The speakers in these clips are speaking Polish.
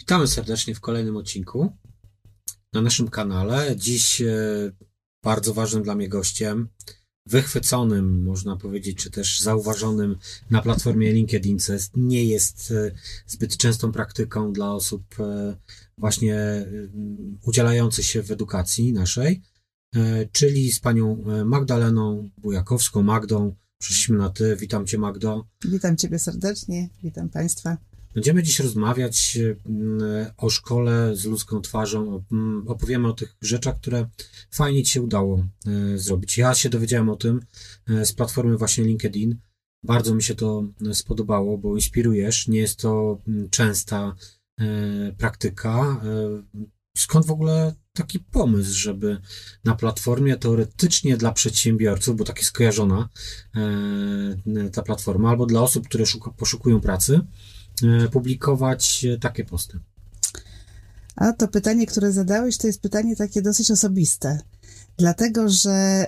Witamy serdecznie w kolejnym odcinku na naszym kanale. Dziś bardzo ważnym dla mnie gościem, wychwyconym, można powiedzieć, czy też zauważonym na platformie LinkedIn, co nie jest zbyt częstą praktyką dla osób właśnie udzielających się w edukacji naszej, czyli z panią Magdaleną Bujakowską. Magdą, przyszliśmy na ty. Witam cię, Magdo. Witam ciebie serdecznie, witam państwa. Będziemy dziś rozmawiać o szkole z ludzką twarzą. Opowiemy o tych rzeczach, które fajnie ci się udało zrobić. Ja się dowiedziałem o tym z platformy właśnie LinkedIn. Bardzo mi się to spodobało, bo inspirujesz. Nie jest to częsta praktyka. Skąd w ogóle taki pomysł, żeby na platformie teoretycznie dla przedsiębiorców, bo tak jest skojarzona ta platforma, albo dla osób, które poszukują pracy, publikować takie posty? A to pytanie, które zadałeś, to jest pytanie takie dosyć osobiste, dlatego że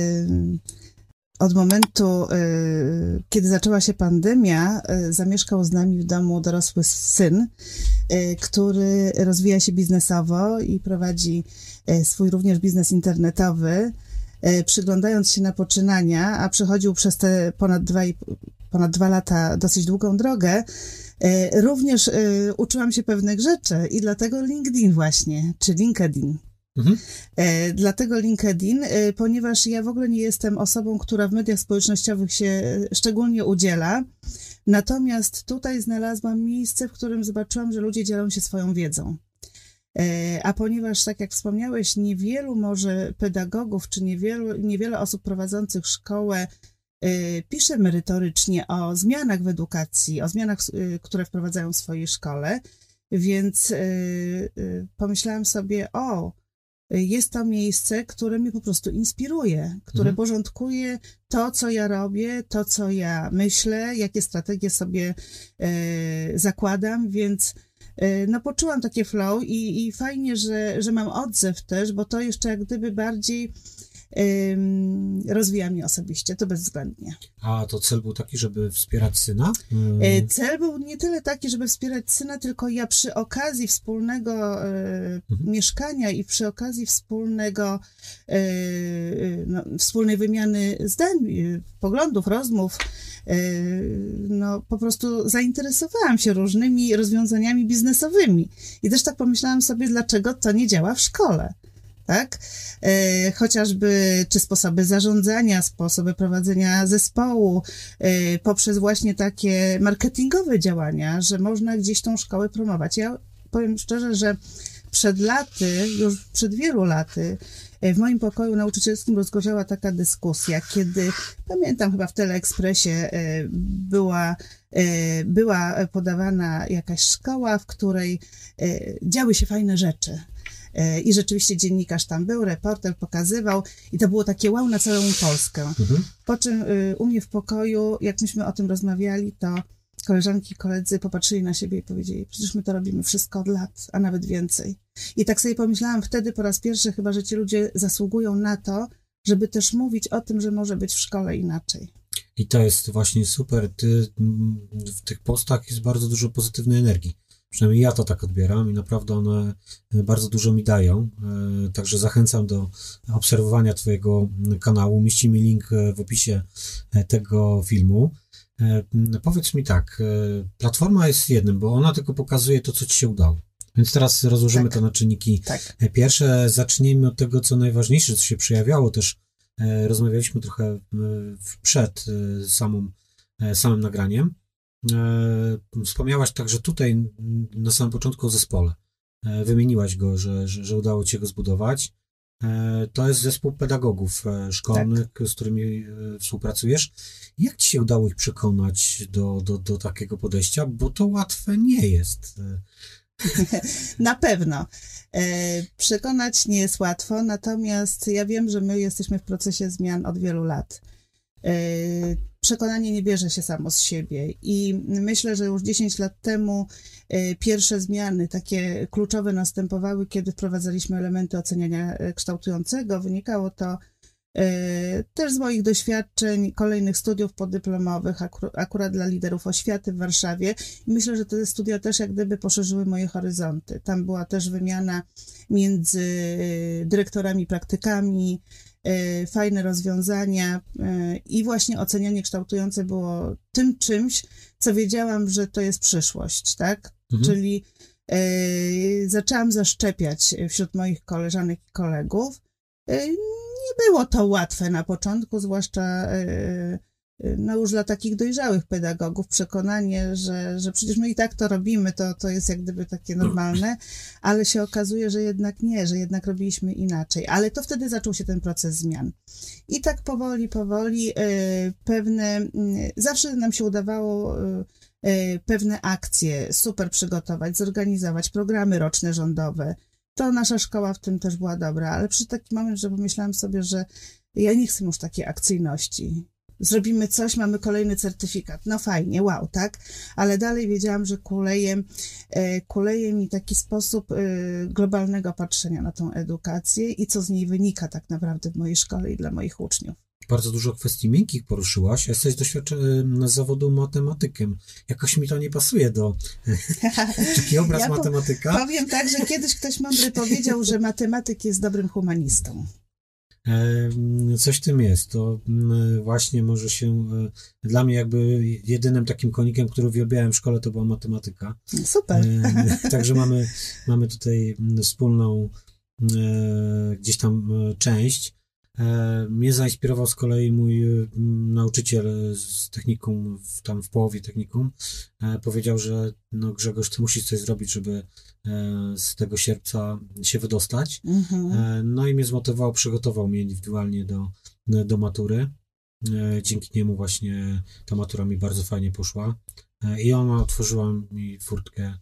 od momentu, kiedy zaczęła się pandemia, zamieszkał z nami w domu dorosły syn, który rozwija się biznesowo i prowadzi swój również biznes internetowy, przyglądając się na poczynania, a przechodził przez te ponad 2 lata dosyć długą drogę, również uczyłam się pewnych rzeczy i dlatego LinkedIn właśnie, czy LinkedIn. Mhm. Dlatego LinkedIn, ponieważ ja w ogóle nie jestem osobą, która w mediach społecznościowych się szczególnie udziela, natomiast tutaj znalazłam miejsce, w którym zobaczyłam, że ludzie dzielą się swoją wiedzą. A ponieważ, tak jak wspomniałeś, niewielu może pedagogów, czy niewiele osób prowadzących szkołę pisze merytorycznie o zmianach w edukacji, o zmianach, które wprowadzają w swojej szkole, więc pomyślałam sobie, jest to miejsce, które mnie po prostu inspiruje, które porządkuje to, co ja robię, to, co ja myślę, jakie strategie sobie zakładam, więc poczułam takie flow i fajnie, że mam odzew też, bo to jeszcze jak gdyby bardziej rozwija mnie osobiście, to bezwzględnie. A to cel był taki, żeby wspierać syna? Cel był nie tyle taki, żeby wspierać syna, tylko ja przy okazji wspólnego mieszkania i przy okazji wspólnej wymiany zdań, poglądów, rozmów, po prostu zainteresowałam się różnymi rozwiązaniami biznesowymi. I też tak pomyślałam sobie, dlaczego to nie działa w szkole. Tak? Chociażby czy sposoby zarządzania, sposoby prowadzenia zespołu, poprzez właśnie takie marketingowe działania, że można gdzieś tą szkołę promować. Ja powiem szczerze, że już przed wielu laty w moim pokoju nauczycielskim rozgorzała taka dyskusja, kiedy, pamiętam, chyba w Teleekspresie była podawana jakaś szkoła, w której działy się fajne rzeczy. I rzeczywiście dziennikarz tam był, reporter pokazywał i to było takie wow na całą Polskę. Po czym u mnie w pokoju, jak myśmy o tym rozmawiali, to koleżanki i koledzy popatrzyli na siebie i powiedzieli, przecież my to robimy wszystko od lat, a nawet więcej. I tak sobie pomyślałam wtedy po raz pierwszy chyba, że ci ludzie zasługują na to, żeby też mówić o tym, że może być w szkole inaczej. I to jest właśnie super. W tych postach jest bardzo dużo pozytywnej energii. Przynajmniej ja to tak odbieram i naprawdę one bardzo dużo mi dają. Także zachęcam do obserwowania twojego kanału. Mieścimy link w opisie tego filmu. Powiedz mi tak, platforma jest jednym, bo ona tylko pokazuje to, co ci się udało. Więc teraz rozłożymy to na czynniki pierwsze. Zacznijmy od tego, co najważniejsze, co się przejawiało. Też rozmawialiśmy trochę przed samym nagraniem. Wspomniałaś także tutaj na samym początku o zespole. Wymieniłaś go, że udało ci się go zbudować. To jest zespół pedagogów szkolnych, z którymi współpracujesz. Jak ci się udało ich przekonać do takiego podejścia? Bo to łatwe nie jest. Na pewno. Przekonać nie jest łatwo, natomiast ja wiem, że my jesteśmy w procesie zmian od wielu lat. Przekonanie nie bierze się samo z siebie i myślę, że już 10 lat temu pierwsze zmiany takie kluczowe następowały, kiedy wprowadzaliśmy elementy oceniania kształtującego. Wynikało to Też z moich doświadczeń, kolejnych studiów podyplomowych, akurat dla liderów oświaty w Warszawie. I myślę, że te studia też jak gdyby poszerzyły moje horyzonty. Tam była też wymiana między dyrektorami, praktykami, fajne rozwiązania i właśnie ocenianie kształtujące było tym czymś, co wiedziałam, że to jest przyszłość, tak? Czyli zaczęłam zaszczepiać wśród moich koleżanek i kolegów. Nie było to łatwe na początku, zwłaszcza no już dla takich dojrzałych pedagogów, przekonanie, że przecież my i tak to robimy, to jest jak gdyby takie normalne, ale się okazuje, że jednak nie, że jednak robiliśmy inaczej. Ale to wtedy zaczął się ten proces zmian. I tak powoli zawsze nam się udawało pewne akcje super przygotować, zorganizować, programy roczne rządowe. To nasza szkoła w tym też była dobra, ale przy taki moment, że pomyślałam sobie, że ja nie chcę już takiej akcyjności. Zrobimy coś, mamy kolejny certyfikat. No fajnie, wow, tak? Ale dalej wiedziałam, że kuleje mi taki sposób globalnego patrzenia na tą edukację i co z niej wynika tak naprawdę w mojej szkole i dla moich uczniów. Bardzo dużo kwestii miękkich poruszyłaś. Jesteś doświadczona z zawodu matematykiem. Jakoś mi to nie pasuje do taki obraz matematyka. Powiem tak, że kiedyś ktoś mądry powiedział, że matematyk jest dobrym humanistą. Coś w tym jest. To właśnie może się dla mnie jakby jedynym takim konikiem, który uwielbiałem w szkole, to była matematyka. Super. Także mamy tutaj wspólną gdzieś tam część. Mnie zainspirował z kolei mój nauczyciel z technikum, tam w połowie technikum. Powiedział, że no Grzegorz, ty musisz coś zrobić, żeby z tego sierpca się wydostać. No i mnie zmotywował, przygotował mnie indywidualnie do matury. Dzięki niemu właśnie ta matura mi bardzo fajnie poszła. I ona otworzyła mi furtkę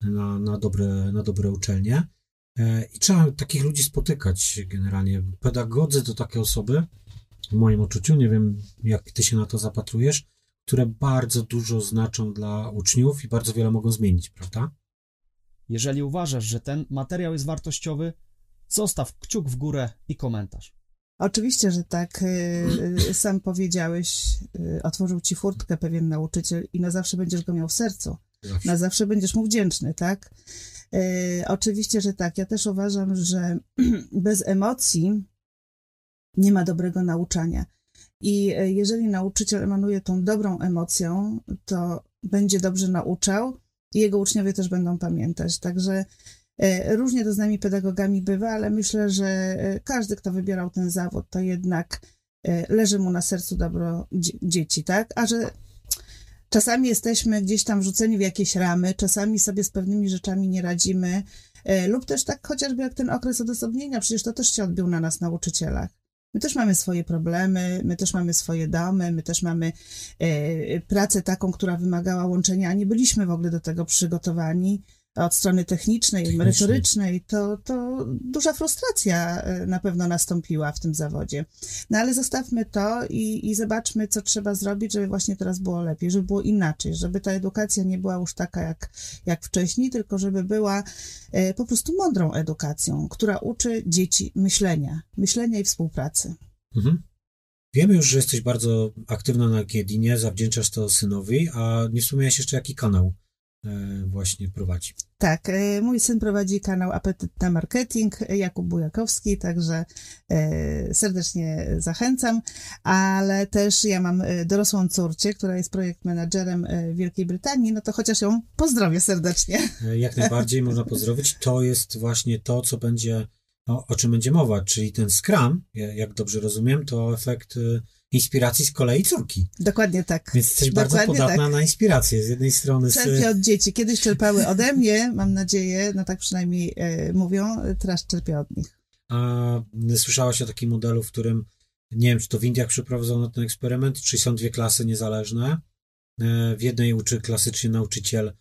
na dobre uczelnie. I trzeba takich ludzi spotykać generalnie. Pedagodzy to takie osoby, w moim odczuciu, nie wiem jak ty się na to zapatrujesz, które bardzo dużo znaczą dla uczniów i bardzo wiele mogą zmienić, prawda? Jeżeli uważasz, że ten materiał jest wartościowy, zostaw kciuk w górę i komentarz. Oczywiście, że tak. Sam powiedziałeś, otworzył ci furtkę pewien nauczyciel i na zawsze będziesz go miał w sercu. Na zawsze będziesz mu wdzięczny, tak? Oczywiście, że tak. Ja też uważam, że bez emocji nie ma dobrego nauczania. I jeżeli nauczyciel emanuje tą dobrą emocją, to będzie dobrze nauczał i jego uczniowie też będą pamiętać. Także różnie to z nami pedagogami bywa, ale myślę, że każdy, kto wybierał ten zawód, to jednak leży mu na sercu dobro dzieci, tak? A że czasami jesteśmy gdzieś tam wrzuceni w jakieś ramy, czasami sobie z pewnymi rzeczami nie radzimy, lub też tak chociażby jak ten okres odosobnienia, przecież to też się odbił na nas, nauczycielach. My też mamy swoje problemy, my też mamy swoje domy, my też mamy pracę taką, która wymagała łączenia, a nie byliśmy w ogóle do tego przygotowani. Od strony technicznej, merytorycznej, to duża frustracja na pewno nastąpiła w tym zawodzie. No ale zostawmy to i zobaczmy, co trzeba zrobić, żeby właśnie teraz było lepiej, żeby było inaczej, żeby ta edukacja nie była już taka jak wcześniej, tylko żeby była po prostu mądrą edukacją, która uczy dzieci myślenia i współpracy. Mhm. Wiemy już, że jesteś bardzo aktywna na LinkedInie, zawdzięczasz to synowi, a nie wspomniałeś jeszcze, jaki kanał właśnie prowadzi. Tak, mój syn prowadzi kanał Apetyt na Marketing, Jakub Bujakowski, także serdecznie zachęcam, ale też ja mam dorosłą córcię, która jest projekt menadżerem w Wielkiej Brytanii, no to chociaż ją pozdrowię serdecznie. Jak najbardziej można pozdrowić. To jest właśnie to, co będzie, o czym będzie mowa, czyli ten Scrum, jak dobrze rozumiem, to efekt inspiracji z kolei córki. Dokładnie tak. Więc jesteś bardzo podatna na inspirację. Z jednej strony... Czerpię od dzieci. Kiedyś czerpały ode mnie, mam nadzieję, no tak przynajmniej mówią, teraz czerpię od nich. A słyszałaś o takim modelu, w którym, nie wiem, czy to w Indiach przeprowadzono ten eksperyment, czy są dwie klasy niezależne. W jednej uczy klasycznie nauczyciel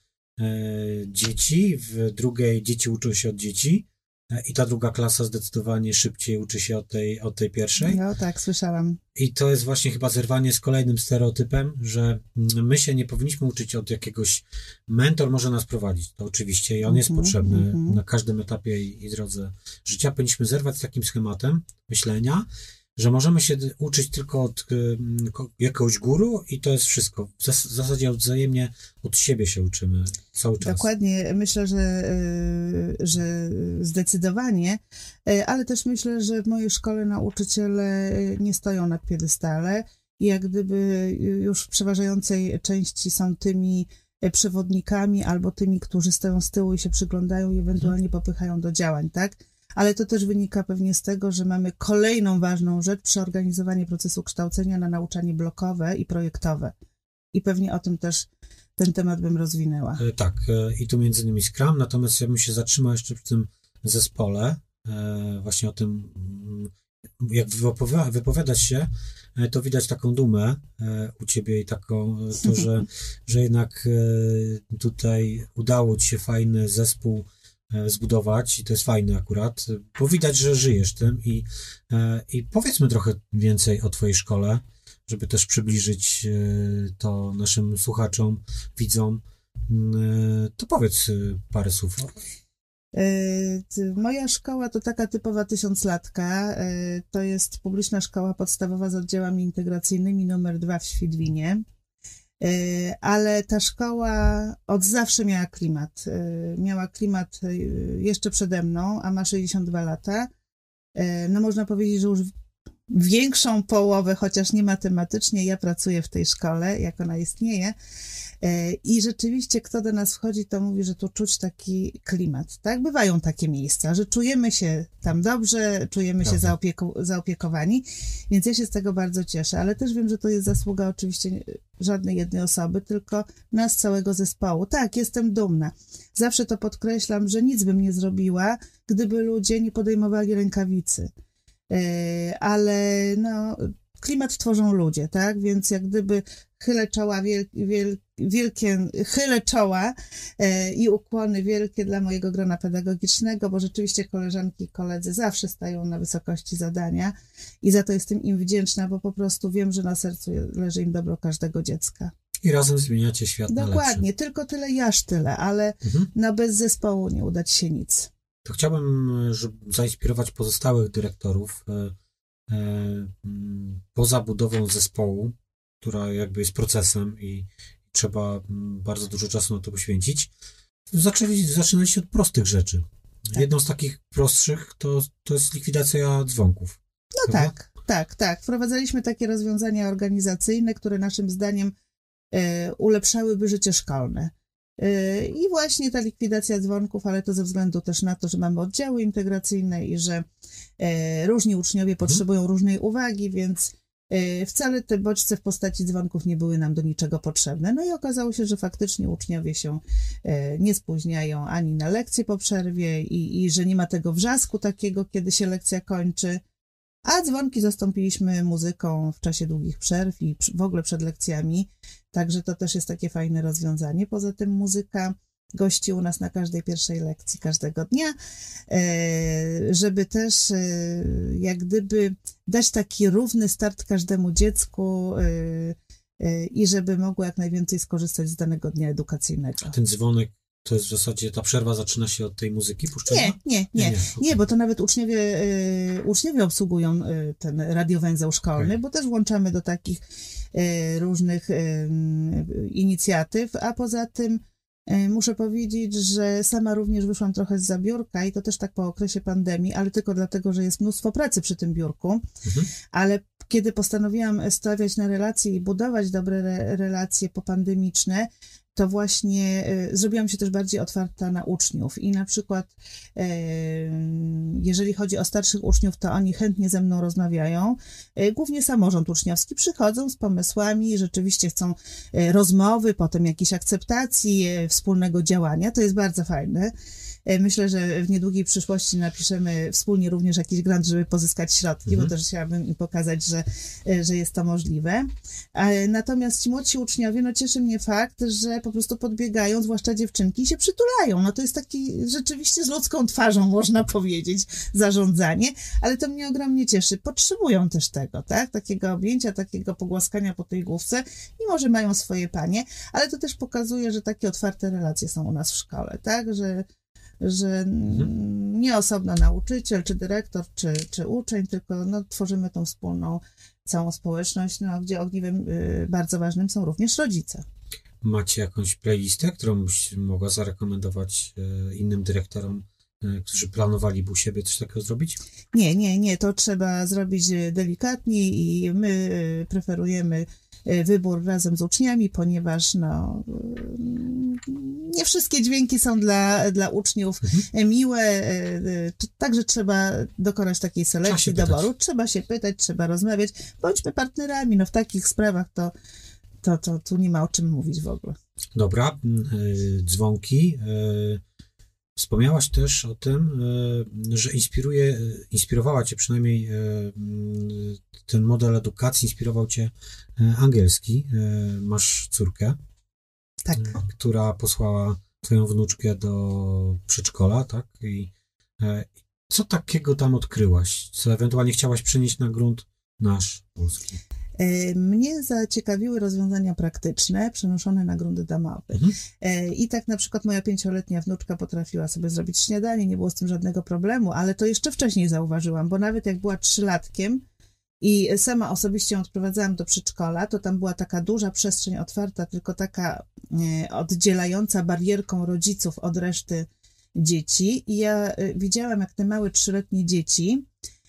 dzieci, w drugiej dzieci uczą się od dzieci. I ta druga klasa zdecydowanie szybciej uczy się od tej pierwszej. No tak, słyszałam. I to jest właśnie chyba zerwanie z kolejnym stereotypem, że my się nie powinniśmy uczyć od jakiegoś... Mentor może nas prowadzić, to oczywiście, i on jest potrzebny na każdym etapie i drodze życia. Powinniśmy zerwać z takim schematem myślenia, że możemy się uczyć tylko od jakiegoś guru i to jest wszystko. W zasadzie wzajemnie od siebie się uczymy cały czas. Dokładnie, myślę, że zdecydowanie, ale też myślę, że w mojej szkole nauczyciele nie stoją na piedestale i jak gdyby już w przeważającej części są tymi przewodnikami albo tymi, którzy stoją z tyłu i się przyglądają i ewentualnie popychają do działań, tak? Ale to też wynika pewnie z tego, że mamy kolejną ważną rzecz, przeorganizowanie procesu kształcenia na nauczanie blokowe i projektowe. I pewnie o tym też ten temat bym rozwinęła. Tak, i tu między innymi Scrum, natomiast ja bym się zatrzymał jeszcze przy tym zespole, właśnie o tym, jak wypowiadać się, to widać taką dumę u ciebie i taką, to, że jednak tutaj udało ci się fajny zespół zbudować i to jest fajne akurat, bo widać, że żyjesz tym i powiedzmy trochę więcej o twojej szkole, żeby też przybliżyć to naszym słuchaczom, widzom. To powiedz parę słów. Moja szkoła to taka typowa tysiąclatka. To jest publiczna szkoła podstawowa z oddziałami integracyjnymi numer 2 w Świdwinie. Ale ta szkoła od zawsze miała klimat. Miała klimat jeszcze przede mną, a ma 62 lata. No można powiedzieć, że już większą połowę, chociaż nie matematycznie, ja pracuję w tej szkole, jak ona istnieje. I rzeczywiście, kto do nas wchodzi, to mówi, że tu czuć taki klimat, tak? Bywają takie miejsca, że czujemy się tam dobrze, czujemy się zaopiekowani, więc ja się z tego bardzo cieszę, ale też wiem, że to jest zasługa oczywiście żadnej jednej osoby, tylko nas, całego zespołu. Tak, jestem dumna. Zawsze to podkreślam, że nic bym nie zrobiła, gdyby ludzie nie podejmowali rękawicy. Ale no, klimat tworzą ludzie, tak? Więc jak gdyby chylę czoła chylę czoła i ukłony wielkie dla mojego grona pedagogicznego, bo rzeczywiście koleżanki i koledzy zawsze stają na wysokości zadania i za to jestem im wdzięczna, bo po prostu wiem, że na sercu leży im dobro każdego dziecka. I razem zmieniacie świat na lepszy. Dokładnie, tylko tyle i aż tyle, ale no bez zespołu nie uda ci się nic. To chciałbym zainspirować pozostałych dyrektorów poza budową zespołu, która jakby jest procesem i trzeba bardzo dużo czasu na to poświęcić. Zaczynaliście od prostych rzeczy. Tak. Jedną z takich prostszych to jest likwidacja dzwonków. No tak. Wprowadzaliśmy takie rozwiązania organizacyjne, które naszym zdaniem ulepszałyby życie szkolne. I właśnie ta likwidacja dzwonków, ale to ze względu też na to, że mamy oddziały integracyjne i że różni uczniowie potrzebują różnej uwagi, więc wcale te bodźce w postaci dzwonków nie były nam do niczego potrzebne. No i okazało się, że faktycznie uczniowie się nie spóźniają ani na lekcję po przerwie i że nie ma tego wrzasku takiego, kiedy się lekcja kończy. A dzwonki zastąpiliśmy muzyką w czasie długich przerw i w ogóle przed lekcjami, także to też jest takie fajne rozwiązanie. Poza tym muzyka gości u nas na każdej pierwszej lekcji każdego dnia, żeby też jak gdyby dać taki równy start każdemu dziecku i żeby mogło jak najwięcej skorzystać z danego dnia edukacyjnego. A ten dzwonek to jest w zasadzie, ta przerwa zaczyna się od tej muzyki puszczenia? Nie, bo to nawet uczniowie obsługują ten radiowęzeł szkolny, bo też włączamy do takich różnych inicjatyw, a poza tym muszę powiedzieć, że sama również wyszłam trochę z biurka i to też tak po okresie pandemii, ale tylko dlatego, że jest mnóstwo pracy przy tym biurku, ale kiedy postanowiłam stawiać na relacje i budować dobre relacje popandemiczne, to właśnie zrobiłam się też bardziej otwarta na uczniów i na przykład jeżeli chodzi o starszych uczniów, to oni chętnie ze mną rozmawiają. Głównie samorząd uczniowski przychodzą z pomysłami, rzeczywiście chcą rozmowy, potem jakiejś akceptacji, wspólnego działania. To jest bardzo fajne. Myślę, że w niedługiej przyszłości napiszemy wspólnie również jakiś grant, żeby pozyskać środki, bo też chciałabym im pokazać, że jest to możliwe. Natomiast ci młodsi uczniowie, no cieszy mnie fakt, że po prostu podbiegają, zwłaszcza dziewczynki, i się przytulają. No to jest taki rzeczywiście z ludzką twarzą, można powiedzieć, zarządzanie, ale to mnie ogromnie cieszy. Potrzebują też tego, tak? Takiego objęcia, takiego pogłaskania po tej główce, mimo że mają swoje panie, ale to też pokazuje, że takie otwarte relacje są u nas w szkole, tak? Że nie osobno nauczyciel, czy dyrektor, czy uczeń, tylko tworzymy tą wspólną całą społeczność, gdzie ogniwem bardzo ważnym są również rodzice. Macie jakąś playlistę, którą byś mogła zarekomendować innym dyrektorom, którzy planowaliby u siebie coś takiego zrobić? Nie, to trzeba zrobić delikatnie i my preferujemy wybór razem z uczniami, ponieważ nie wszystkie dźwięki są dla uczniów miłe, także trzeba dokonać takiej selekcji, doboru. Trzeba się pytać, trzeba rozmawiać. Bądźmy partnerami, w takich sprawach to tu nie ma o czym mówić w ogóle. Dobra, dzwonki. Wspomniałaś też o tym, że inspirowała cię przynajmniej ten model edukacji, inspirował cię angielski. Masz córkę, tak, która posłała twoją wnuczkę do przedszkola, tak? I co takiego tam odkryłaś? Co ewentualnie chciałaś przenieść na grunt nasz polski? Mnie zaciekawiły rozwiązania praktyczne przenoszone na grunt domowy. I tak na przykład moja 5-letnia wnuczka potrafiła sobie zrobić śniadanie, nie było z tym żadnego problemu, ale to jeszcze wcześniej zauważyłam, bo nawet jak była 3-latkiem i sama osobiście ją odprowadzałam do przedszkola, to tam była taka duża przestrzeń otwarta, tylko taka oddzielająca barierką rodziców od reszty dzieci. I ja widziałam, jak te małe 3-letnie dzieci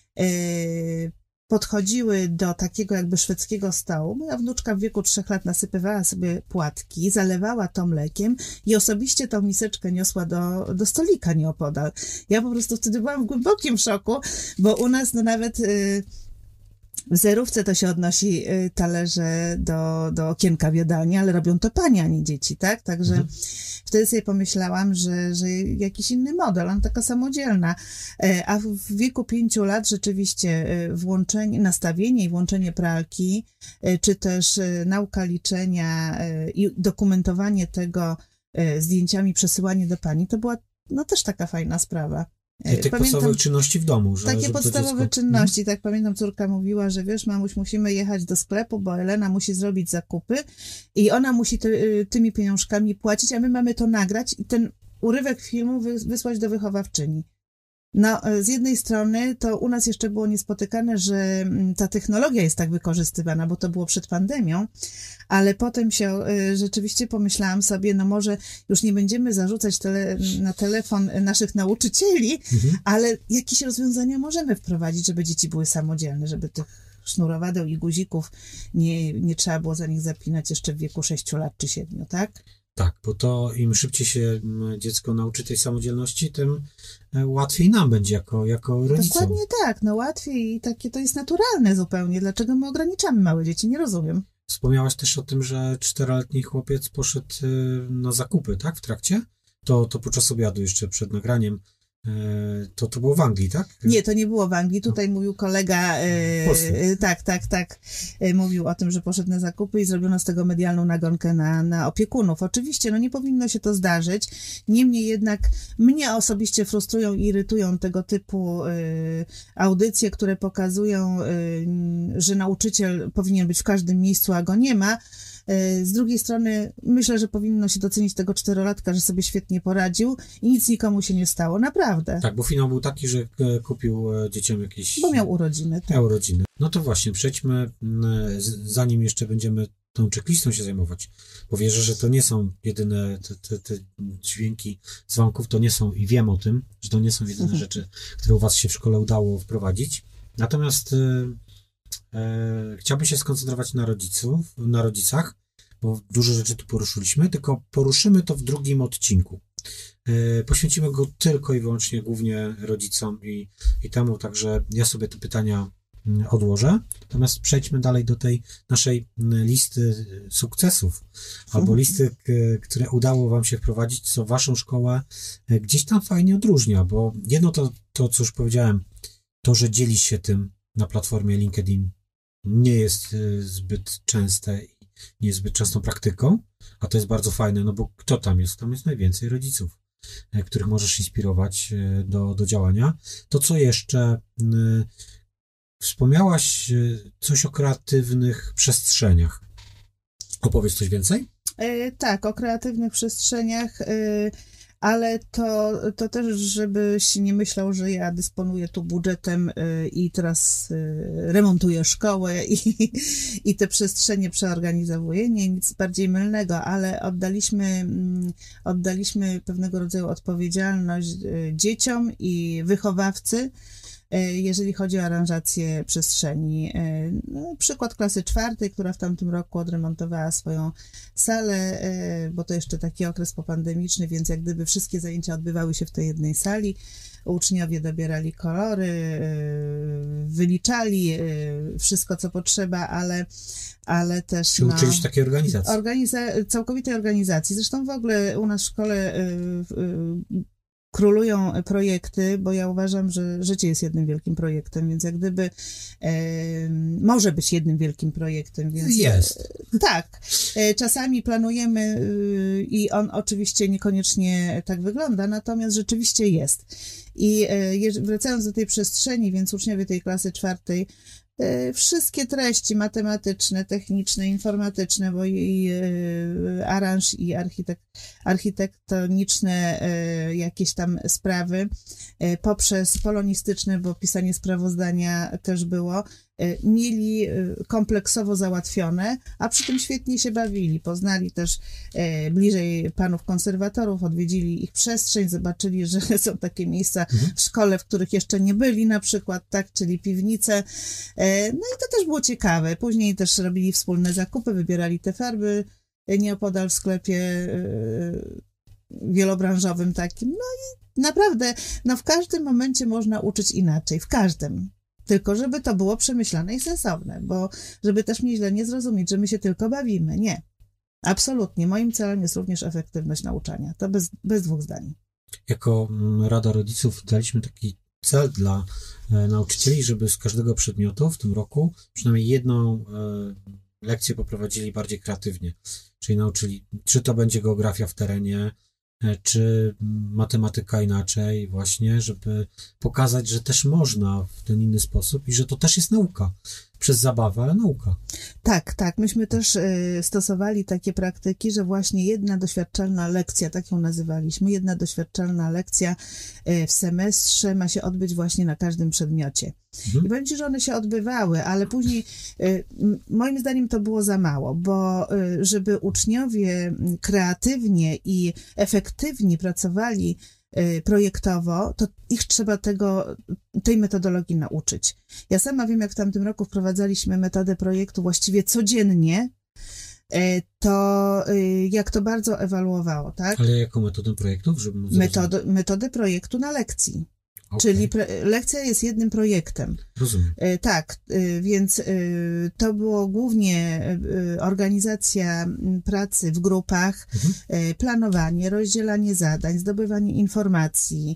podchodziły do takiego jakby szwedzkiego stołu. Moja wnuczka w wieku 3 lat nasypywała sobie płatki, zalewała to mlekiem i osobiście tą miseczkę niosła do stolika nieopodal. Ja po prostu wtedy byłam w głębokim szoku, bo u nas nawet w zerówce to się odnosi talerze do okienka w jadalni, ale robią to panie, a nie dzieci, tak? Także wtedy sobie pomyślałam, że jakiś inny model, ona taka samodzielna. A w wieku 5 lat rzeczywiście nastawienie i włączenie pralki, czy też nauka liczenia i dokumentowanie tego zdjęciami, przesyłanie do pani, to była też taka fajna sprawa. Tych podstawowych czynności w domu. Takie podstawowe czynności, tak pamiętam, córka mówiła, że wiesz, mamuś, musimy jechać do sklepu, bo Elena musi zrobić zakupy i ona musi tymi pieniążkami płacić, a my mamy to nagrać i ten urywek filmu wysłać do wychowawczyni. Z jednej strony to u nas jeszcze było niespotykane, że ta technologia jest tak wykorzystywana, bo to było przed pandemią, ale potem się rzeczywiście pomyślałam sobie, może już nie będziemy zarzucać na telefon naszych nauczycieli, ale jakieś rozwiązania możemy wprowadzić, żeby dzieci były samodzielne, żeby tych sznurowadeł i guzików nie trzeba było za nich zapinać jeszcze w wieku 6 lat czy 7, tak? Tak, bo to im szybciej się dziecko nauczy tej samodzielności, tym łatwiej nam będzie jako rodzicom. Dokładnie tak, łatwiej i takie to jest naturalne zupełnie. Dlaczego my ograniczamy małe dzieci? Nie rozumiem. Wspomniałaś też o tym, że 4-letni chłopiec poszedł na zakupy, tak? W trakcie? To podczas obiadu jeszcze przed nagraniem. To było w Anglii, tak? Nie, to nie było w Anglii. Tutaj mówił kolega, tak, mówił o tym, że poszedł na zakupy i zrobiono z tego medialną nagonkę na opiekunów. Oczywiście, nie powinno się to zdarzyć. Niemniej jednak mnie osobiście frustrują i irytują tego typu audycje, które pokazują, że nauczyciel powinien być w każdym miejscu, a go nie ma. Z drugiej strony myślę, że powinno się docenić tego 4-latka, że sobie świetnie poradził i nic nikomu się nie stało, naprawdę. Tak, bo finał był taki, że kupił dzieciom jakieś... Bo miał urodziny. Tak. Miał urodziny. No to właśnie, przejdźmy, zanim jeszcze będziemy tą checklistą się zajmować, bo wierzę, że to nie są jedyne te dźwięki dzwonków, to nie są, i wiem o tym, że to nie są jedyne rzeczy, które u was się w szkole udało wprowadzić. Natomiast chciałbym się skoncentrować na rodzicach, bo dużo rzeczy tu poruszyliśmy, tylko poruszymy to w drugim odcinku. Poświęcimy go tylko i wyłącznie głównie rodzicom i temu, także ja sobie te pytania odłożę. Natomiast przejdźmy dalej do tej naszej listy sukcesów, albo listy, które udało wam się wprowadzić, co waszą szkołę gdzieś tam fajnie odróżnia, bo jedno to co już powiedziałem, to, że dzielisz się tym na platformie LinkedIn, nie jest zbyt częste i nie jest zbyt częstą praktyką, a to jest bardzo fajne, bo kto tam jest? Tam jest najwięcej rodziców, których możesz inspirować do działania. To co jeszcze? Wspomniałaś coś o kreatywnych przestrzeniach. Opowiedz coś więcej? Tak, o kreatywnych przestrzeniach, ale to też, żebyś nie myślał, że ja dysponuję tu budżetem i teraz remontuję szkołę i te przestrzenie przeorganizowuję. Nie, nic bardziej mylnego, ale oddaliśmy pewnego rodzaju odpowiedzialność dzieciom i wychowawcy, jeżeli chodzi o aranżację przestrzeni. Przykład klasy 4, która w tamtym roku odremontowała swoją salę, bo to jeszcze taki okres popandemiczny, więc jak gdyby wszystkie zajęcia odbywały się w tej jednej sali. Uczniowie dobierali kolory, wyliczali wszystko, co potrzeba, ale też... Czy uczyli się takiej organizacji? Całkowitej organizacji. Zresztą w ogóle u nas w szkole królują projekty, bo ja uważam, że życie jest jednym wielkim projektem, więc jak gdyby może być jednym wielkim projektem. Więc, jest. Tak. Czasami planujemy i on oczywiście niekoniecznie tak wygląda, natomiast rzeczywiście jest. I wracając do tej przestrzeni, więc uczniowie tej klasy 4 wszystkie treści matematyczne, techniczne, informatyczne, bo i aranż i architektoniczne jakieś tam sprawy, poprzez polonistyczne, bo pisanie sprawozdania też było, mieli kompleksowo załatwione, a przy tym świetnie się bawili. Poznali też bliżej panów konserwatorów, odwiedzili ich przestrzeń, zobaczyli, że są takie miejsca w szkole, w których jeszcze nie byli na przykład, tak, czyli piwnice. No i to też było ciekawe. Później też robili wspólne zakupy, wybierali te farby nieopodal w sklepie wielobranżowym takim. No i naprawdę, w każdym momencie można uczyć inaczej, w każdym. Tylko żeby to było przemyślane i sensowne, bo żeby też mnie źle nie zrozumieć, że my się tylko bawimy. Nie. Absolutnie. Moim celem jest również efektywność nauczania. To bez dwóch zdań. Jako Rada Rodziców daliśmy taki cel dla nauczycieli, żeby z każdego przedmiotu w tym roku przynajmniej jedną lekcję poprowadzili bardziej kreatywnie. Czyli nauczyli, czy to będzie geografia w terenie, czy matematyka inaczej właśnie, żeby pokazać, że też można w ten inny sposób i że to też jest nauka. Przez zabawę, ale nauka. Tak. Myśmy też stosowali takie praktyki, że właśnie jedna doświadczalna lekcja, tak ją nazywaliśmy, jedna doświadczalna lekcja w semestrze ma się odbyć właśnie na każdym przedmiocie. I powiem Ci, że one się odbywały, ale później moim zdaniem to było za mało, bo żeby uczniowie kreatywnie i efektywnie pracowali projektowo, to ich trzeba tej metodologii nauczyć. Ja sama wiem, jak w tamtym roku wprowadzaliśmy metodę projektu właściwie codziennie, to jak to bardzo ewaluowało, tak? Ale jaką metodę projektu? Metodę projektu na lekcji. Okay. Czyli lekcja jest jednym projektem. Rozumiem. Tak, więc to było głównie organizacja pracy w grupach, planowanie, rozdzielanie zadań, zdobywanie informacji,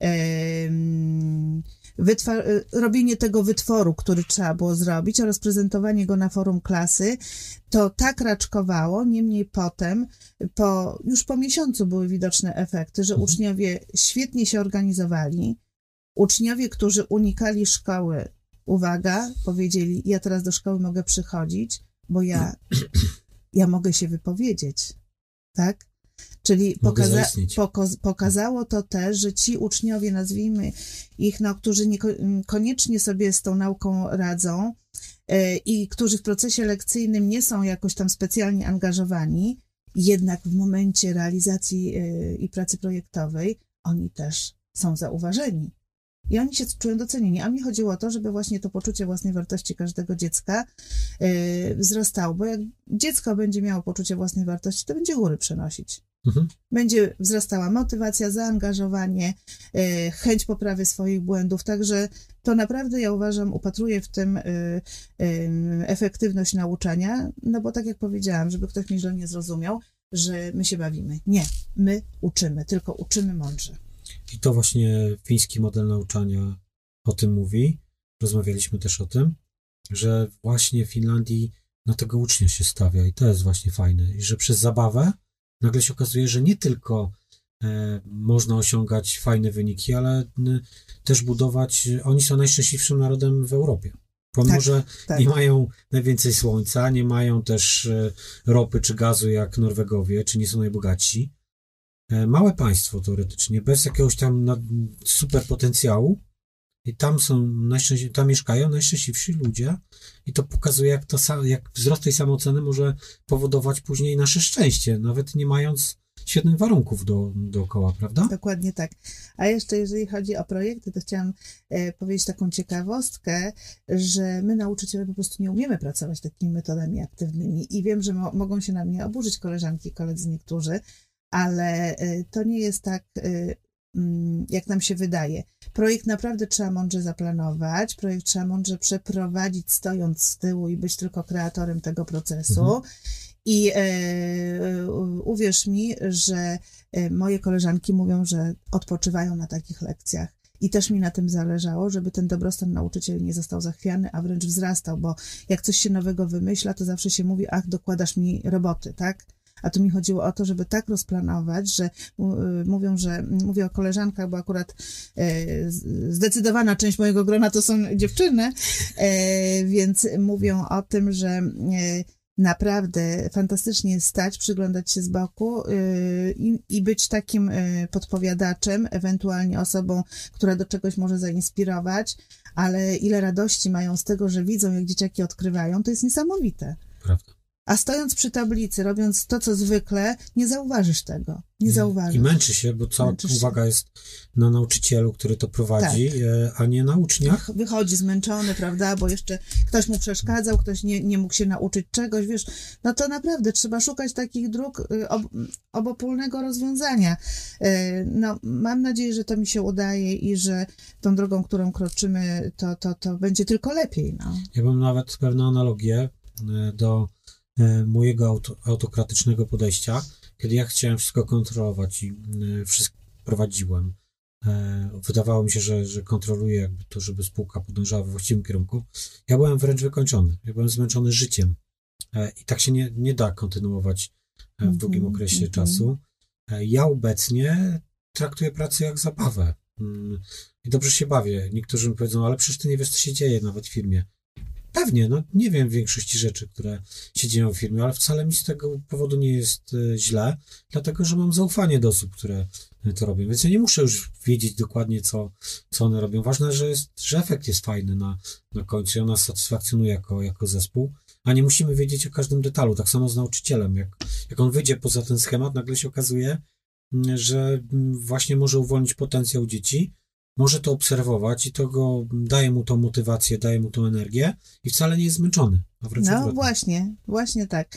robienie tego wytworu, który trzeba było zrobić oraz prezentowanie go na forum klasy. To tak raczkowało, niemniej potem, już po miesiącu były widoczne efekty, że uczniowie świetnie się organizowali. Uczniowie, którzy unikali szkoły, uwaga, powiedzieli, ja teraz do szkoły mogę przychodzić, bo ja mogę się wypowiedzieć, tak? Czyli pokazało to też, że ci uczniowie, nazwijmy ich, którzy niekoniecznie sobie z tą nauką radzą i którzy w procesie lekcyjnym nie są jakoś tam specjalnie angażowani, jednak w momencie realizacji i pracy projektowej oni też są zauważeni. I oni się czują docenieni. A mi chodziło o to, żeby właśnie to poczucie własnej wartości każdego dziecka wzrastało, bo jak dziecko będzie miało poczucie własnej wartości, to będzie góry przenosić. Będzie wzrastała motywacja, zaangażowanie, chęć poprawy swoich błędów, także to naprawdę, ja uważam, upatruję w tym efektywność nauczania, no bo tak jak powiedziałam, żeby ktoś mnie źle nie zrozumiał, że my się bawimy. Nie, my uczymy, tylko uczymy mądrze. I to właśnie fiński model nauczania o tym mówi. Rozmawialiśmy też o tym, że właśnie w Finlandii na tego ucznia się stawia i to jest właśnie fajne. I że przez zabawę nagle się okazuje, że nie tylko można osiągać fajne wyniki, ale też budować... Oni są najszczęśliwszym narodem w Europie. Pomimo, że nie mają najwięcej słońca, nie mają też ropy czy gazu jak Norwegowie, czy nie są najbogatsi, małe państwo teoretycznie, bez jakiegoś tam super potencjału i tam mieszkają najszczęśliwsi ludzie i to pokazuje, jak wzrost tej samooceny może powodować później nasze szczęście, nawet nie mając świetnych warunków dookoła, prawda? Dokładnie tak. A jeszcze jeżeli chodzi o projekty, to chciałam powiedzieć taką ciekawostkę, że my nauczyciele po prostu nie umiemy pracować takimi metodami aktywnymi i wiem, że mogą się na mnie oburzyć koleżanki i koledzy niektórzy, ale to nie jest tak, jak nam się wydaje. Projekt naprawdę trzeba mądrze zaplanować, projekt trzeba mądrze przeprowadzić stojąc z tyłu i być tylko kreatorem tego procesu. I uwierz mi, że moje koleżanki mówią, że odpoczywają na takich lekcjach. I też mi na tym zależało, żeby ten dobrostan nauczycieli nie został zachwiany, a wręcz wzrastał, bo jak coś się nowego wymyśla, to zawsze się mówi, ach, dokładasz mi roboty, tak? A tu mi chodziło o to, żeby tak rozplanować, że mówię o koleżankach, bo akurat zdecydowana część mojego grona to są dziewczyny, więc mówią o tym, że naprawdę fantastycznie jest stać, przyglądać się z boku i być takim podpowiadaczem, ewentualnie osobą, która do czegoś może zainspirować, ale ile radości mają z tego, że widzą, jak dzieciaki odkrywają, to jest niesamowite. Prawda. A stojąc przy tablicy, robiąc to, co zwykle, nie zauważysz tego. Nie zauważysz. I męczy się, bo cała uwaga jest na nauczycielu, który to prowadzi, tak, a nie na uczniach. Wychodzi zmęczony, prawda, bo jeszcze ktoś mu przeszkadzał, ktoś nie mógł się nauczyć czegoś, wiesz, no to naprawdę trzeba szukać takich dróg obopólnego rozwiązania. No, mam nadzieję, że to mi się udaje i że tą drogą, którą kroczymy, to będzie tylko lepiej. No. Ja mam nawet pewną analogię do mojego autokratycznego podejścia, kiedy ja chciałem wszystko kontrolować i wszystko prowadziłem. Wydawało mi się, że kontroluję jakby to, żeby spółka podążała we właściwym kierunku. Ja byłem wręcz wykończony. Ja byłem zmęczony życiem. I tak się nie da kontynuować w długim okresie czasu. Ja obecnie traktuję pracę jak zabawę. I dobrze się bawię. Niektórzy mi powiedzą, ale przecież ty nie wiesz, co się dzieje nawet w firmie. Pewnie, no nie wiem większości rzeczy, które się dzieją w firmie, ale wcale mi z tego powodu nie jest źle, dlatego, że mam zaufanie do osób, które to robią, więc ja nie muszę już wiedzieć dokładnie, co one robią. Ważne, że efekt jest fajny na końcu i on nas satysfakcjonuje jako zespół, a nie musimy wiedzieć o każdym detalu. Tak samo z nauczycielem. Jak on wyjdzie poza ten schemat, nagle się okazuje, że właśnie może uwolnić potencjał dzieci, może to obserwować i to daje mu tą motywację, daje mu tą energię i wcale nie jest zmęczony. A wręcz odwrotnie. Właśnie tak.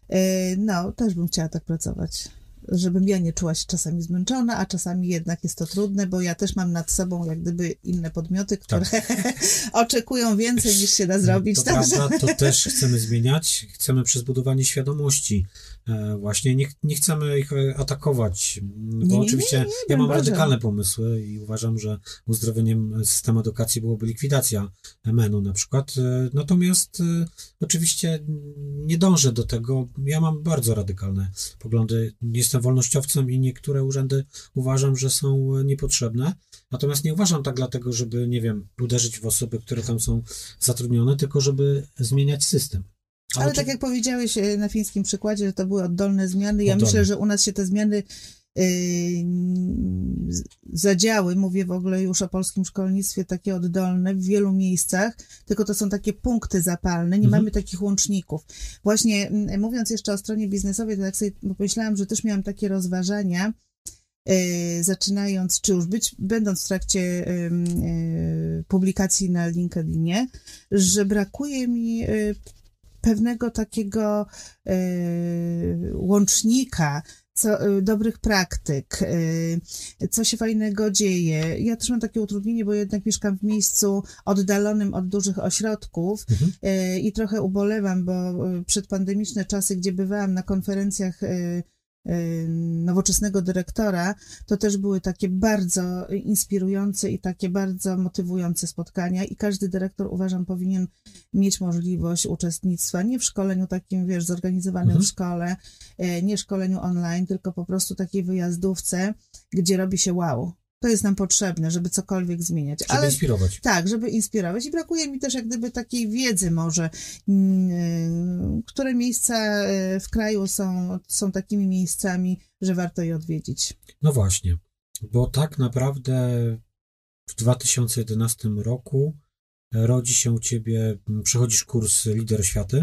No, też bym chciała tak pracować. Żebym ja nie czuła się czasami zmęczona, a czasami jednak jest to trudne, bo ja też mam nad sobą jak gdyby inne podmioty, które oczekują więcej niż się da zrobić. To prawda, to też chcemy zmieniać. Chcemy przez budowanie świadomości. Właśnie nie chcemy ich atakować, bo oczywiście ja mam radykalne pomysły i uważam, że uzdrowieniem systemu edukacji byłoby likwidacja MEN-u na przykład. Natomiast oczywiście nie dążę do tego. Ja mam bardzo radykalne poglądy. Jestem wolnościowcem i niektóre urzędy uważam, że są niepotrzebne. Natomiast nie uważam tak dlatego, żeby, nie wiem, uderzyć w osoby, które tam są zatrudnione, tylko żeby zmieniać system. Ale tak jak powiedziałeś na fińskim przykładzie, że to były oddolne zmiany, ja myślę, że u nas się te zmiany zadziały, mówię w ogóle już o polskim szkolnictwie, takie oddolne w wielu miejscach, tylko to są takie punkty zapalne, nie mamy takich łączników. Właśnie mówiąc jeszcze o stronie biznesowej, to tak sobie pomyślałam, że też miałam takie rozważania, zaczynając, czy już będąc w trakcie publikacji na LinkedInie, że brakuje mi pewnego takiego łącznika, dobrych praktyk, co się fajnego dzieje. Ja też mam takie utrudnienie, bo jednak mieszkam w miejscu oddalonym od dużych ośrodków i trochę ubolewam, bo przedpandemiczne czasy, gdzie bywałam na konferencjach nowoczesnego dyrektora, to też były takie bardzo inspirujące i takie bardzo motywujące spotkania i każdy dyrektor, uważam, powinien mieć możliwość uczestnictwa nie w szkoleniu takim, wiesz, zorganizowanym w szkole, nie szkoleniu online, tylko po prostu takiej wyjazdówce, gdzie robi się wow. To jest nam potrzebne, żeby cokolwiek zmieniać. Żeby inspirować. Tak, żeby inspirować. I brakuje mi też jak gdyby takiej wiedzy może, które miejsca w kraju są takimi miejscami, że warto je odwiedzić. No właśnie, bo tak naprawdę w 2011 roku rodzi się u ciebie, przechodzisz kurs Lider Oświaty.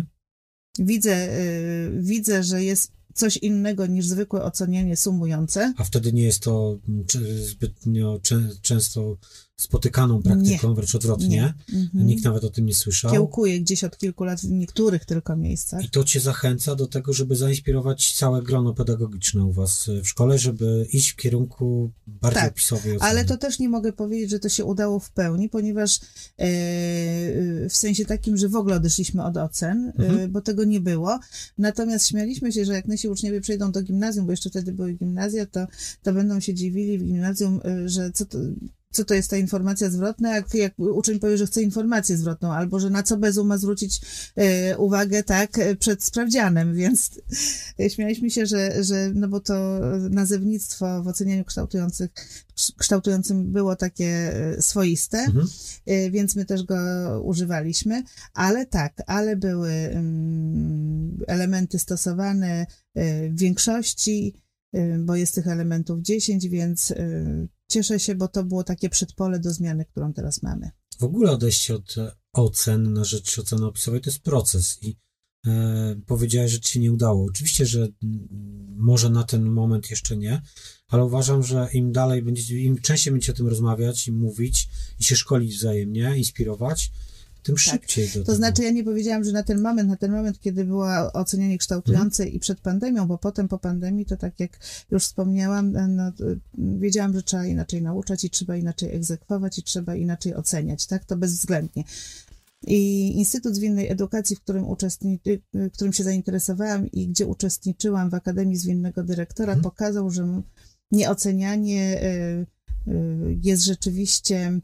Widzę, że jest coś innego niż zwykłe ocenianie sumujące. A wtedy nie jest to zbytnio często spotykaną praktyką, wręcz odwrotnie. Nikt nawet o tym nie słyszał. Kiełkuje gdzieś od kilku lat w niektórych tylko miejscach. I to cię zachęca do tego, żeby zainspirować całe grono pedagogiczne u was w szkole, żeby iść w kierunku bardziej opisowej oceny. Ale to też nie mogę powiedzieć, że to się udało w pełni, ponieważ w sensie takim, że w ogóle odeszliśmy od ocen, bo tego nie było. Natomiast śmialiśmy się, że jak nasi uczniowie przejdą do gimnazjum, bo jeszcze wtedy były gimnazja, to będą się dziwili w gimnazjum, że co to jest ta informacja zwrotna, jak uczeń powie, że chce informację zwrotną, albo że na co Bezu ma zwrócić uwagę, tak, przed sprawdzianem, więc śmialiśmy się, że no bo to nazewnictwo w ocenianiu kształtującym było takie swoiste, więc my też go używaliśmy, ale były elementy stosowane w większości, bo jest tych elementów 10, więc cieszę się, bo to było takie przedpole do zmiany, którą teraz mamy. W ogóle odejście od ocen na rzecz oceny opisowej to jest proces i powiedziałeś, że ci się nie udało. Oczywiście, że może na ten moment jeszcze nie, ale uważam, że im częściej będziecie o tym rozmawiać i mówić i się szkolić wzajemnie, inspirować, tym szybciej. To znaczy, ja nie powiedziałam, że na ten moment, kiedy było ocenianie kształtujące i przed pandemią, bo potem po pandemii, to tak jak już wspomniałam, no, wiedziałam, że trzeba inaczej nauczać i trzeba inaczej egzekwować i trzeba inaczej oceniać, tak? To bezwzględnie. I Instytut Zwinnej Edukacji, w którym się zainteresowałam i gdzie uczestniczyłam w Akademii Zwinnego Dyrektora, pokazał, że nieocenianie jest rzeczywiście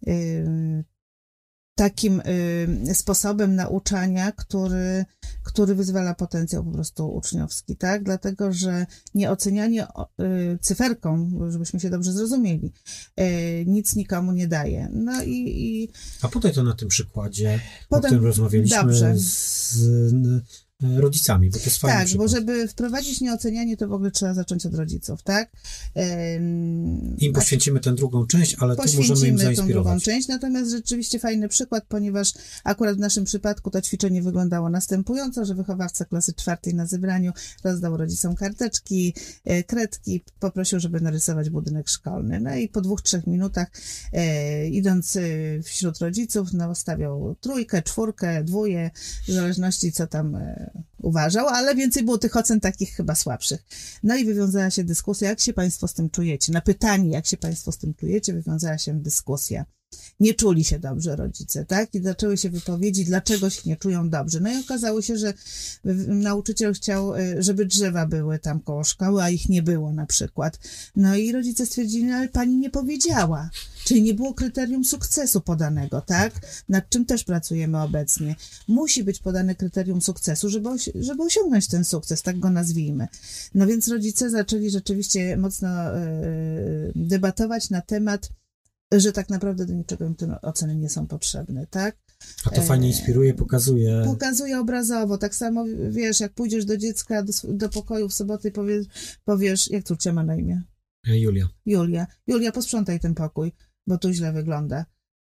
takim sposobem nauczania, który wyzwala potencjał po prostu uczniowski, tak? Dlatego, że nieocenianie cyferką, żebyśmy się dobrze zrozumieli, nic nikomu nie daje. No A podaj to na tym przykładzie, o którym rozmawialiśmy z rodzicami, bo to jest fajny przykład. Bo żeby wprowadzić nieocenianie, to w ogóle trzeba zacząć od rodziców, tak? Im poświęcimy tę drugą część, ale tu możemy im zainspirować. Tą drugą część, natomiast rzeczywiście fajny przykład, ponieważ akurat w naszym przypadku to ćwiczenie wyglądało następująco, że wychowawca klasy 4 na zebraniu rozdał rodzicom karteczki, kredki, poprosił, żeby narysować budynek szkolny. No i po 2-3 minutach idąc wśród rodziców, stawiał 3, 4, 2, w zależności co tam uważał, ale więcej było tych ocen takich chyba słabszych. No i wywiązała się dyskusja, jak się państwo z tym czujecie. Na pytanie, jak się państwo z tym czujecie, wywiązała się dyskusja. Nie czuli się dobrze rodzice, tak? I zaczęły się wypowiedzi, dlaczego się nie czują dobrze. No i okazało się, że nauczyciel chciał, żeby drzewa były tam koło szkoły, a ich nie było na przykład. No i rodzice stwierdzili, ale pani nie powiedziała. Czyli nie było kryterium sukcesu podanego, tak? Nad czym też pracujemy obecnie. Musi być podane kryterium sukcesu, żeby osiągnąć ten sukces, tak go nazwijmy. No więc rodzice zaczęli rzeczywiście mocno debatować na temat, że tak naprawdę do niczego im te oceny nie są potrzebne, tak? A to fajnie inspiruje, pokazuje. Pokazuje obrazowo. Tak samo, wiesz, jak pójdziesz do dziecka do pokoju w sobotę i powiesz, jak córcia ma na imię? Julia, posprzątaj ten pokój, bo tu źle wygląda.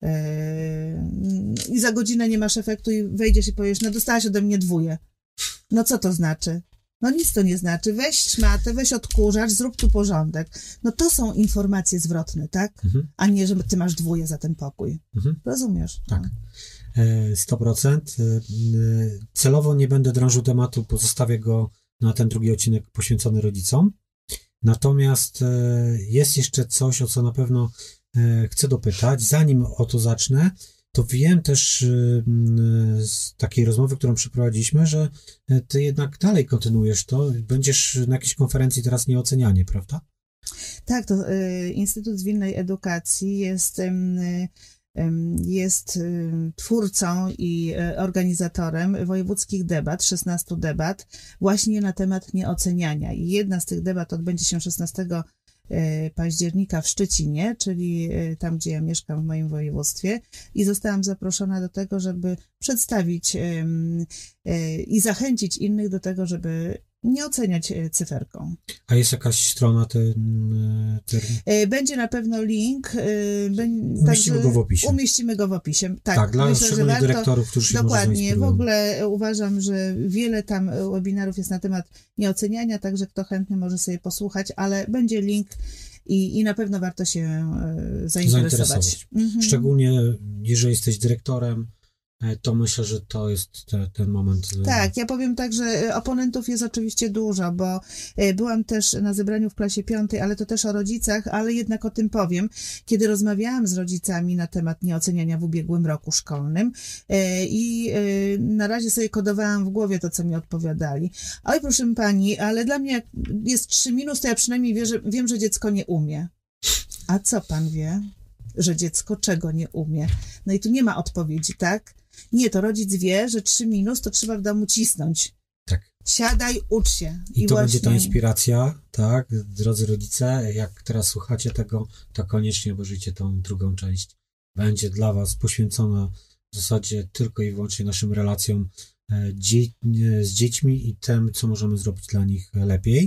I za godzinę nie masz efektu i wejdziesz i powiesz, no dostałaś ode mnie 2. No co to znaczy? No nic to nie znaczy. Weź szmatę, weź odkurzacz, zrób tu porządek. No to są informacje zwrotne, tak? A nie, że ty masz 2 za ten pokój. Rozumiesz? Tak. 100%. Celowo nie będę drążył tematu, pozostawię go na ten drugi odcinek poświęcony rodzicom. Natomiast jest jeszcze coś, o co na pewno chcę dopytać. Zanim o to zacznę, to wiem też z takiej rozmowy, którą przeprowadziliśmy, że ty jednak dalej kontynuujesz to. Będziesz na jakiejś konferencji teraz nieocenianie, prawda? Tak, to Instytut Zwinnej Edukacji jest twórcą i organizatorem wojewódzkich debat, 16 debat, właśnie na temat nieoceniania. I jedna z tych debat odbędzie się 16 października w Szczecinie, czyli tam, gdzie ja mieszkam w moim województwie, i zostałam zaproszona do tego, żeby przedstawić i zachęcić innych do tego, żeby nie oceniać cyferką. A jest jakaś strona? Będzie na pewno link. Umieścimy go w opisie. Umieścimy go w opisie. Tak, dla myślę, szczególnie dyrektorów, którzy się dokładnie. W ogóle uważam, że wiele tam webinarów jest na temat nieoceniania, także kto chętny może sobie posłuchać, ale będzie link i na pewno warto się zainteresować. Szczególnie jeżeli jesteś dyrektorem, to myślę, że to jest ten moment. Tak, ja powiem tak, że oponentów jest oczywiście dużo, bo byłam też na zebraniu w klasie 5, ale to też o rodzicach, ale jednak o tym powiem. Kiedy rozmawiałam z rodzicami na temat nieoceniania w ubiegłym roku szkolnym i na razie sobie kodowałam w głowie to, co mi odpowiadali. Oj, proszę pani, ale dla mnie jak jest 3 to ja przynajmniej wiem, że dziecko nie umie. A co pan wie? Że dziecko czego nie umie? No i tu nie ma odpowiedzi, tak? Nie, to rodzic wie, że 3 to trzeba w domu cisnąć. Tak. Siadaj, ucz się. I to będzie ta inspiracja, tak? Drodzy rodzice, jak teraz słuchacie tego, to koniecznie obejrzyjcie tą drugą część. Będzie dla was poświęcona w zasadzie tylko i wyłącznie naszym relacjom z dziećmi i tym, co możemy zrobić dla nich lepiej.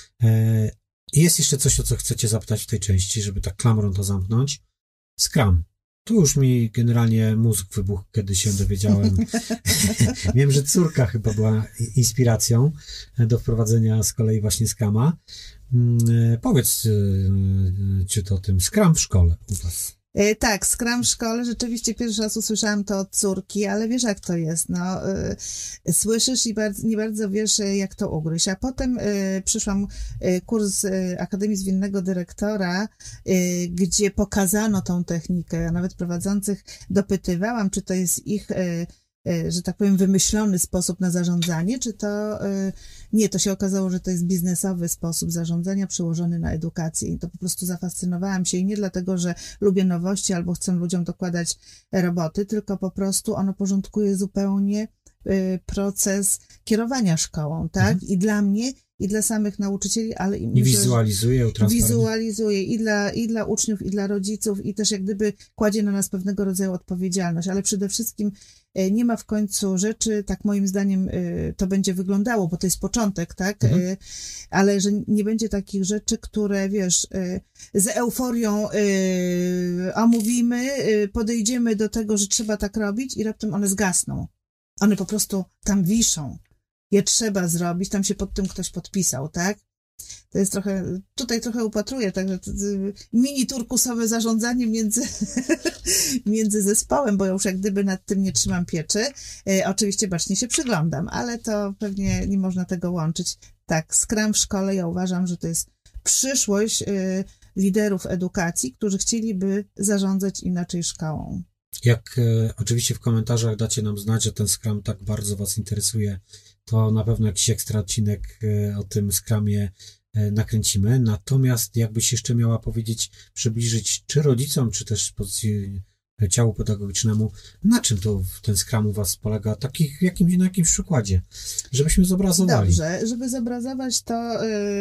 Jest jeszcze coś, o co chcecie zapytać w tej części, żeby tak klamrą to zamknąć. Scrum. Tu już mi generalnie mózg wybuchł, kiedy się dowiedziałem. Wiem, że córka chyba była inspiracją do wprowadzenia z kolei właśnie Scruma. Powiedz, czy to o tym Scrum w szkole u was? Tak, Scrum w szkole, rzeczywiście pierwszy raz usłyszałam to od córki, ale wiesz jak to jest, no, słyszysz i nie bardzo wiesz jak to ugryźć, a potem przyszłam kurs Akademii Zwinnego Dyrektora, gdzie pokazano tą technikę, a nawet prowadzących dopytywałam, czy to jest ich że tak powiem, wymyślony sposób na zarządzanie, czy to nie, to się okazało, że to jest biznesowy sposób zarządzania przełożony na edukację i to po prostu zafascynowałam się i nie dlatego, że lubię nowości albo chcę ludziom dokładać roboty, tylko po prostu ono porządkuje zupełnie proces kierowania szkołą, tak? I dla mnie, i dla samych nauczycieli, ale i wizualizuje, wizualizuje i dla uczniów, i dla rodziców, i też jak gdyby kładzie na nas pewnego rodzaju odpowiedzialność, ale przede wszystkim nie ma w końcu rzeczy, tak moim zdaniem to będzie wyglądało, bo to jest początek, tak? Ale że nie będzie takich rzeczy, które, wiesz, z euforią omówimy, podejdziemy do tego, że trzeba tak robić i raptem one zgasną. One po prostu tam wiszą. Je trzeba zrobić, tam się pod tym ktoś podpisał, tak? To jest trochę, tutaj trochę upatruję, także mini turkusowe zarządzanie między zespołem, bo ja już jak gdyby nad tym nie trzymam pieczy. Oczywiście bacznie się przyglądam, ale to pewnie nie można tego łączyć. Tak, Scrum w szkole, ja uważam, że to jest przyszłość liderów edukacji, którzy chcieliby zarządzać inaczej szkołą. Jak oczywiście w komentarzach dacie nam znać, że ten Scrum tak bardzo was interesuje, to na pewno jakiś ekstra odcinek o tym Scrumie nakręcimy. Natomiast jakbyś jeszcze miała powiedzieć, przybliżyć czy rodzicom, czy też z pozycji ciału pedagogicznemu, na czym to ten Scrum u was polega, na jakimś przykładzie, żebyśmy zobrazowali. Dobrze, żeby zobrazować to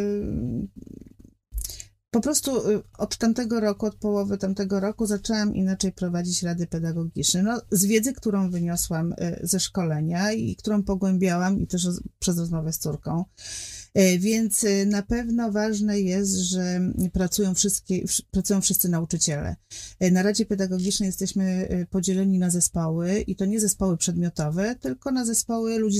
po prostu od tamtego roku, od połowy tamtego roku zaczęłam inaczej prowadzić rady pedagogiczne. No, z wiedzy, którą wyniosłam ze szkolenia i którą pogłębiałam i też przez rozmowę z córką. Więc na pewno ważne jest, że pracują wszyscy nauczyciele. Na Radzie Pedagogicznej jesteśmy podzieleni na zespoły i to nie zespoły przedmiotowe, tylko na zespoły ludzi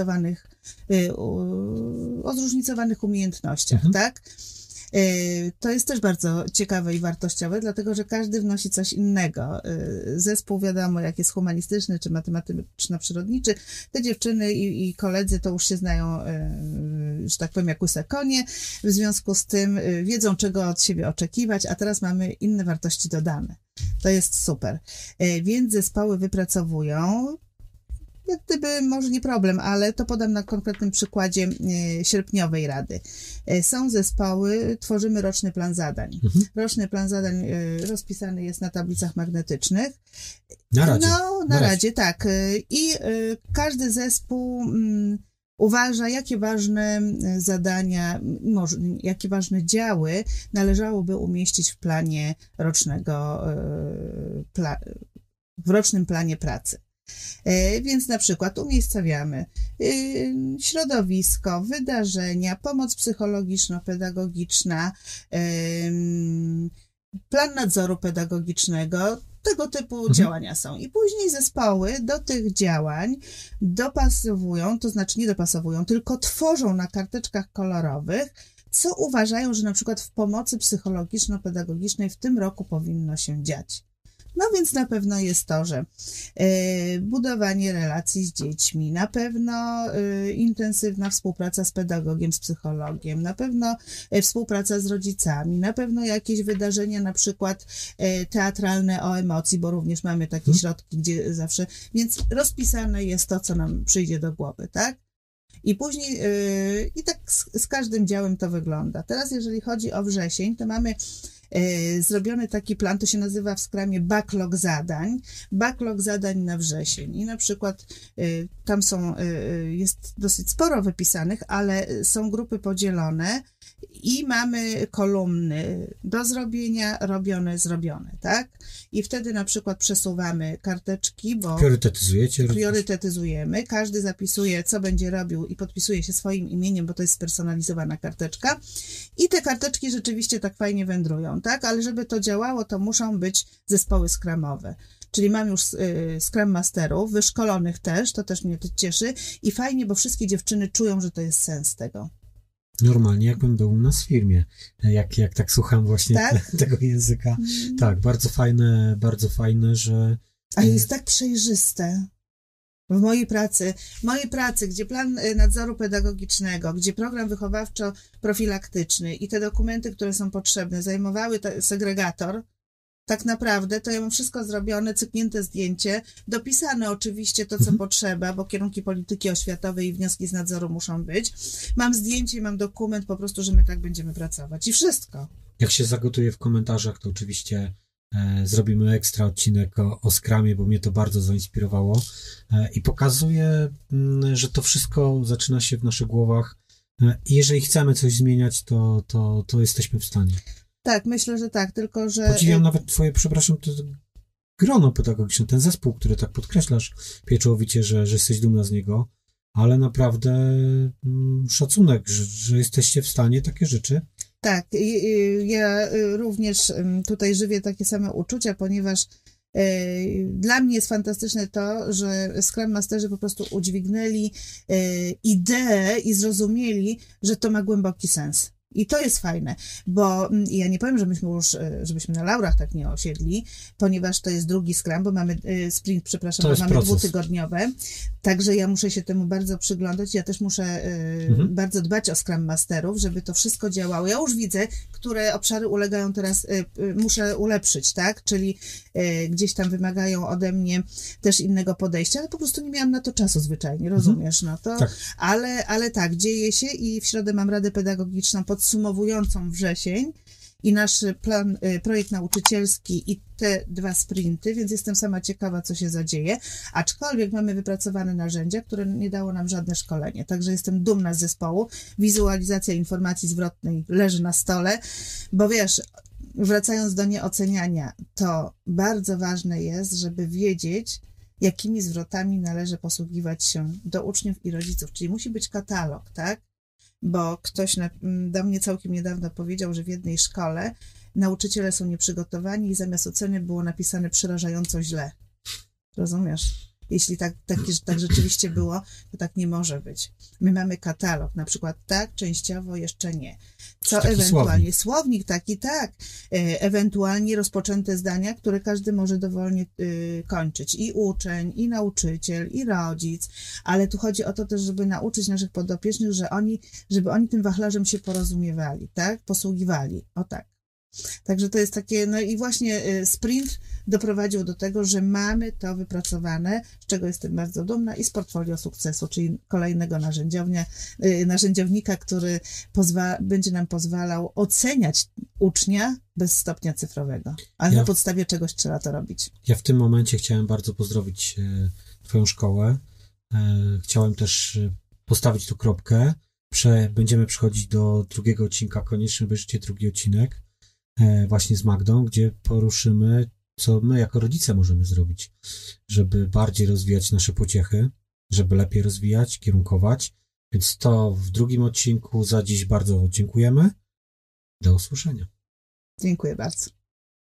o zróżnicowanych umiejętnościach, tak? To jest też bardzo ciekawe i wartościowe, dlatego że każdy wnosi coś innego. Zespół, wiadomo, jak jest humanistyczny czy matematyczno-przyrodniczy, te dziewczyny i koledzy to już się znają, że tak powiem, jak łyse konie, w związku z tym wiedzą, czego od siebie oczekiwać, a teraz mamy inne wartości dodane. To jest super. Więc zespoły wypracowują, jak gdyby może nie problem, ale to podam na konkretnym przykładzie sierpniowej rady. Są zespoły, tworzymy roczny plan zadań. Roczny plan zadań rozpisany jest na tablicach magnetycznych. Na radzie. No, na radzie, tak. I każdy zespół uważa, jakie ważne zadania, jakie ważne działy należałoby umieścić w planie rocznego, w rocznym planie pracy. Więc na przykład umiejscawiamy środowisko, wydarzenia, pomoc psychologiczno-pedagogiczna, plan nadzoru pedagogicznego, tego typu działania są. I później zespoły do tych działań dopasowują, to znaczy nie dopasowują, tylko tworzą na karteczkach kolorowych, co uważają, że na przykład w pomocy psychologiczno-pedagogicznej w tym roku powinno się dziać. No więc na pewno jest to, że budowanie relacji z dziećmi, na pewno intensywna współpraca z pedagogiem, z psychologiem, na pewno współpraca z rodzicami, na pewno jakieś wydarzenia, na przykład teatralne o emocji, bo również mamy takie środki, gdzie zawsze, więc rozpisane jest to, co nam przyjdzie do głowy, tak? I później, i tak z każdym działem to wygląda. Teraz jeżeli chodzi o wrzesień, to mamy zrobiony taki plan, to się nazywa w Scrumie backlog zadań na wrzesień i na przykład tam jest dosyć sporo wypisanych, ale są grupy podzielone i mamy kolumny do zrobienia, zrobione, tak? I wtedy na przykład przesuwamy karteczki, bo priorytetyzujemy, każdy zapisuje, co będzie robił i podpisuje się swoim imieniem, bo to jest spersonalizowana karteczka i te karteczki rzeczywiście tak fajnie wędrują, tak? Ale żeby to działało, to muszą być zespoły scrumowe. Czyli mam już Scrum Masterów, wyszkolonych też, to też mnie to cieszy i fajnie, bo wszystkie dziewczyny czują, że to jest sens tego. Normalnie jakbym był u nas w firmie, jak tak słucham właśnie tego języka. Tak, bardzo fajne, że... A jest tak przejrzyste. W mojej pracy, gdzie plan nadzoru pedagogicznego, gdzie program wychowawczo-profilaktyczny i te dokumenty, które są potrzebne, zajmowały segregator, tak naprawdę to ja mam wszystko zrobione, cyknięte zdjęcie, dopisane oczywiście to, co potrzeba, bo kierunki polityki oświatowej i wnioski z nadzoru muszą być. Mam zdjęcie, mam dokument po prostu, że my tak będziemy pracować i wszystko. Jak się zagotuje w komentarzach, to oczywiście zrobimy ekstra odcinek o Scrumie, bo mnie to bardzo zainspirowało i pokazuje, że to wszystko zaczyna się w naszych głowach i jeżeli chcemy coś zmieniać, to jesteśmy w stanie. Tak, myślę, że tak, tylko że... Podziwiam nawet twoje, przepraszam, to grono pedagogiczne, ten zespół, który tak podkreślasz pieczołowicie, że jesteś dumna z niego, ale naprawdę szacunek, że jesteście w stanie takie rzeczy. Tak, ja również tutaj żywię takie same uczucia, ponieważ dla mnie jest fantastyczne to, że Scrum Masterzy po prostu udźwignęli ideę i zrozumieli, że to ma głęboki sens. I to jest fajne, bo ja nie powiem, żebyśmy na laurach tak nie osiedli, ponieważ to jest drugi Scrum, bo mamy sprint, przepraszam, bo mamy dwutygodniowe, także ja muszę się temu bardzo przyglądać, ja też muszę bardzo dbać o Scrum Masterów, żeby to wszystko działało. Ja już widzę, które obszary ulegają teraz, muszę ulepszyć, tak, czyli gdzieś tam wymagają ode mnie też innego podejścia, ale po prostu nie miałam na to czasu zwyczajnie, rozumiesz, no to, tak. Ale tak, dzieje się i w środę mam radę pedagogiczną podsumowującą wrzesień i nasz projekt nauczycielski i te 2 sprinty, więc jestem sama ciekawa, co się zadzieje, aczkolwiek mamy wypracowane narzędzia, które nie dało nam żadne szkolenie, także jestem dumna z zespołu, wizualizacja informacji zwrotnej leży na stole, bo wiesz, wracając do nieoceniania, to bardzo ważne jest, żeby wiedzieć, jakimi zwrotami należy posługiwać się do uczniów i rodziców, czyli musi być katalog, tak? Bo ktoś do mnie całkiem niedawno powiedział, że w jednej szkole nauczyciele są nieprzygotowani i zamiast oceny było napisane przerażająco źle. Rozumiesz? Jeśli tak rzeczywiście było, to tak nie może być. My mamy katalog, na przykład tak, częściowo jeszcze nie. Co ewentualnie? Słownik taki, tak. Ewentualnie rozpoczęte zdania, które każdy może dowolnie kończyć. I uczeń, i nauczyciel, i rodzic. Ale tu chodzi o to też, żeby nauczyć naszych podopiecznych, żeby oni tym wachlarzem się porozumiewali, tak? Posługiwali. O tak. Także to jest takie, no i właśnie sprint doprowadził do tego, że mamy to wypracowane, z czego jestem bardzo dumna i z portfolio sukcesu, czyli kolejnego narzędziownika, który będzie nam pozwalał oceniać ucznia bez stopnia cyfrowego, ale na podstawie czegoś trzeba to robić. Ja w tym momencie chciałem bardzo pozdrowić twoją szkołę. Chciałem też postawić tu kropkę. Będziemy przechodzić do drugiego odcinka. Koniecznie obejrzyjcie drugi odcinek właśnie z Magdą, gdzie poruszymy, co my jako rodzice możemy zrobić, żeby bardziej rozwijać nasze pociechy, żeby lepiej rozwijać, kierunkować. Więc to w drugim odcinku. Za dziś bardzo dziękujemy. Do usłyszenia. Dziękuję bardzo.